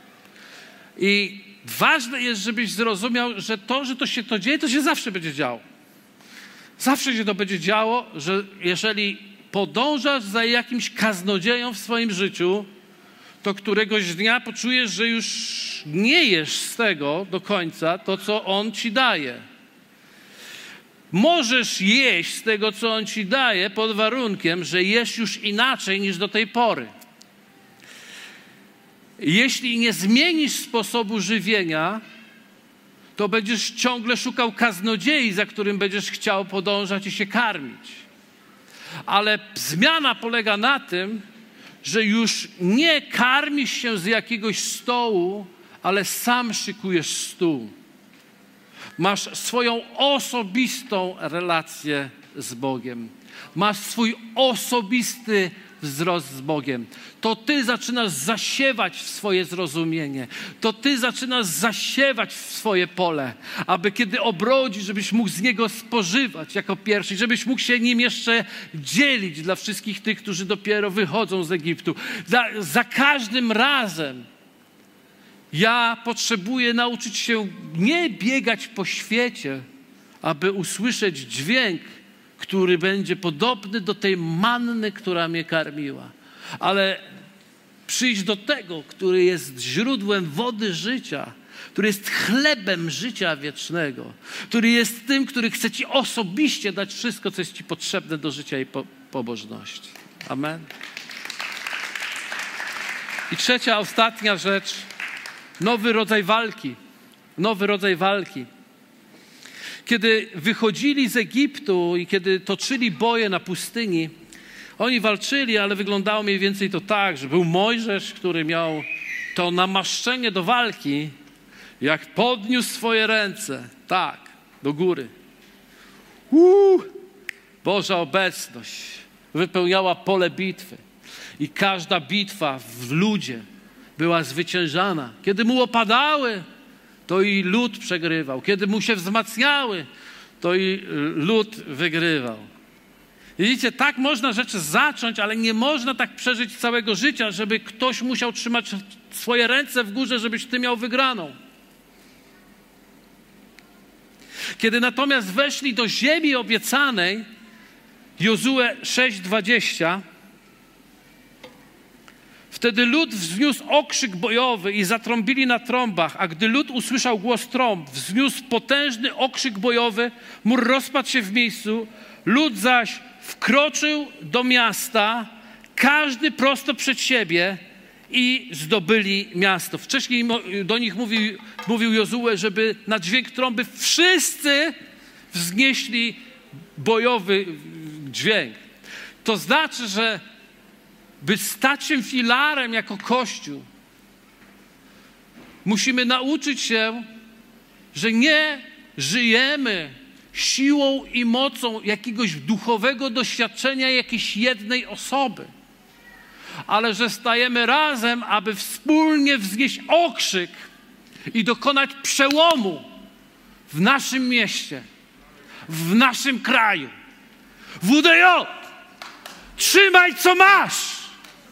I ważne jest, żebyś zrozumiał, że to się to dzieje, to się zawsze będzie działo. Zawsze się to będzie działo, że jeżeli podążasz za jakimś kaznodzieją w swoim życiu, to któregoś dnia poczujesz, że już nie jesz z tego do końca to, co on ci daje. Możesz jeść z tego, co on ci daje, pod warunkiem, że jesz już inaczej niż do tej pory. Jeśli nie zmienisz sposobu żywienia, to będziesz ciągle szukał kaznodziei, za którym będziesz chciał podążać i się karmić. Ale zmiana polega na tym, że już nie karmisz się z jakiegoś stołu, ale sam szykujesz stół. Masz swoją osobistą relację z Bogiem. Masz swój osobisty wzrost z Bogiem. To Ty zaczynasz zasiewać w swoje zrozumienie. To Ty zaczynasz zasiewać w swoje pole, aby kiedy obrodzi, żebyś mógł z niego spożywać jako pierwszy, żebyś mógł się nim jeszcze dzielić dla wszystkich tych, którzy dopiero wychodzą z Egiptu. Za każdym razem ja potrzebuję nauczyć się nie biegać po świecie, aby usłyszeć dźwięk, który będzie podobny do tej manny, która mnie karmiła. Ale przyjść do tego, który jest źródłem wody życia, który jest chlebem życia wiecznego, który jest tym, który chce Ci osobiście dać wszystko, co jest Ci potrzebne do życia i pobożności. Amen. I trzecia, ostatnia rzecz. Nowy rodzaj walki. Nowy rodzaj walki. Kiedy wychodzili z Egiptu i kiedy toczyli boje na pustyni, oni walczyli, ale wyglądało mniej więcej to tak, że był Mojżesz, który miał to namaszczenie do walki, jak podniósł swoje ręce, tak, do góry. Boża obecność wypełniała pole bitwy i każda bitwa w ludzie była zwyciężana. Kiedy mu opadały, to i lud przegrywał. Kiedy mu się wzmacniały, to i lud wygrywał. Widzicie, tak można rzeczy zacząć, ale nie można tak przeżyć całego życia, żeby ktoś musiał trzymać swoje ręce w górze, żebyś ty miał wygraną. Kiedy natomiast weszli do ziemi obiecanej, Jozue 6:20, wtedy lud wzniósł okrzyk bojowy i zatrąbili na trąbach, a gdy lud usłyszał głos trąb, wzniósł potężny okrzyk bojowy, mur rozpadł się w miejscu, lud zaś wkroczył do miasta, każdy prosto przed siebie i zdobyli miasto. Wcześniej do nich mówił Jozue, żeby na dźwięk trąby wszyscy wznieśli bojowy dźwięk. To znaczy, że by stać się filarem jako Kościół, musimy nauczyć się, że nie żyjemy siłą i mocą jakiegoś duchowego doświadczenia jakiejś jednej osoby, ale że stajemy razem, aby wspólnie wznieść okrzyk i dokonać przełomu w naszym mieście, w naszym kraju. WDJ! Trzymaj, co masz!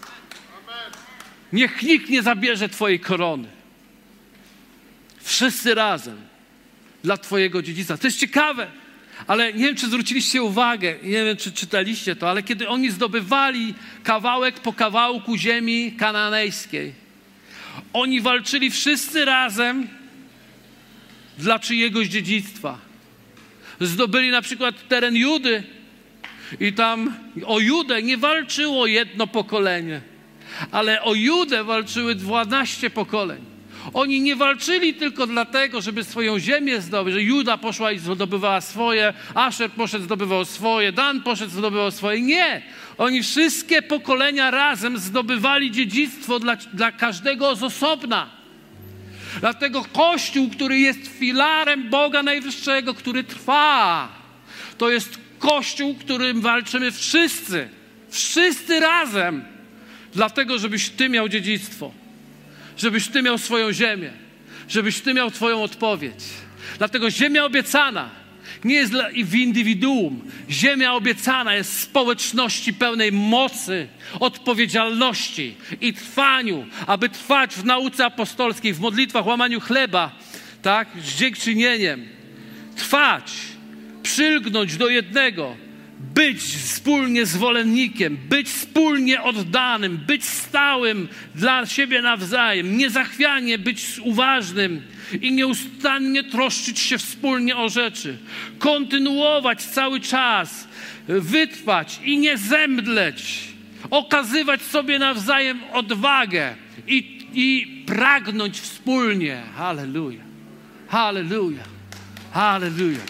Niech nikt nie zabierze twojej korony. Wszyscy razem dla twojego dziedzictwa. To jest ciekawe, ale nie wiem, czy zwróciliście uwagę, nie wiem, czy czytaliście to, ale kiedy oni zdobywali kawałek po kawałku ziemi kananejskiej, oni walczyli wszyscy razem dla czyjegoś dziedzictwa. Zdobyli na przykład teren Judy i tam o Judę nie walczyło jedno pokolenie, ale o Judę walczyły 12 pokoleń. Oni nie walczyli tylko dlatego, żeby swoją ziemię zdobyć, że Juda poszła i zdobywała swoje, Asher poszedł, zdobywał swoje, Dan poszedł, zdobywał swoje. Nie! Oni wszystkie pokolenia razem zdobywali dziedzictwo dla każdego z osobna. Dlatego Kościół, który jest filarem Boga Najwyższego, który trwa, to jest Kościół, którym walczymy wszyscy. Wszyscy razem. Dlatego, żebyś ty miał dziedzictwo. Żebyś ty miał swoją ziemię. Żebyś ty miał twoją odpowiedź. Dlatego ziemia obiecana nie jest w indywiduum. Ziemia obiecana jest w społeczności pełnej mocy, odpowiedzialności i trwaniu, aby trwać w nauce apostolskiej, w modlitwach, łamaniu chleba, tak, z dziękczynieniem. Trwać, przylgnąć do jednego, być wspólnie zwolennikiem, być wspólnie oddanym, być stałym dla siebie nawzajem, niezachwianie być uważnym i nieustannie troszczyć się wspólnie o rzeczy. Kontynuować cały czas, wytrwać i nie zemdleć, okazywać sobie nawzajem odwagę i pragnąć wspólnie. Halleluja, halleluja, halleluja.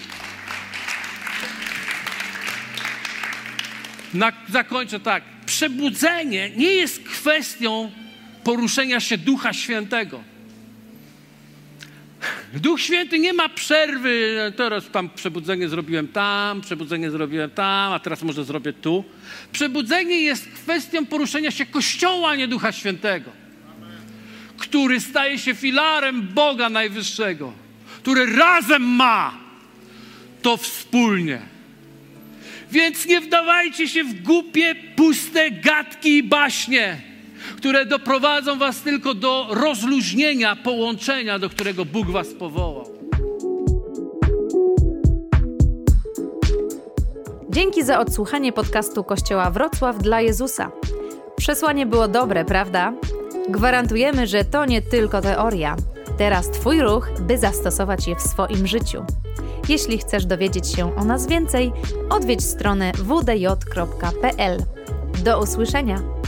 Zakończę tak. Przebudzenie nie jest kwestią poruszenia się Ducha Świętego. Duch Święty nie ma przerwy. Teraz tam przebudzenie zrobiłem tam, a teraz może zrobię tu. Przebudzenie jest kwestią poruszenia się Kościoła, a nie Ducha Świętego. Który staje się filarem Boga Najwyższego. Który razem ma to wspólnie. Więc nie wdawajcie się w głupie, puste gadki i baśnie, które doprowadzą was tylko do rozluźnienia połączenia, do którego Bóg was powołał. Dzięki za odsłuchanie podcastu Kościoła Wrocław dla Jezusa. Przesłanie było dobre, prawda? Gwarantujemy, że to nie tylko teoria. Teraz Twój ruch, by zastosować je w swoim życiu. Jeśli chcesz dowiedzieć się o nas więcej, odwiedź stronę wdj.pl. Do usłyszenia!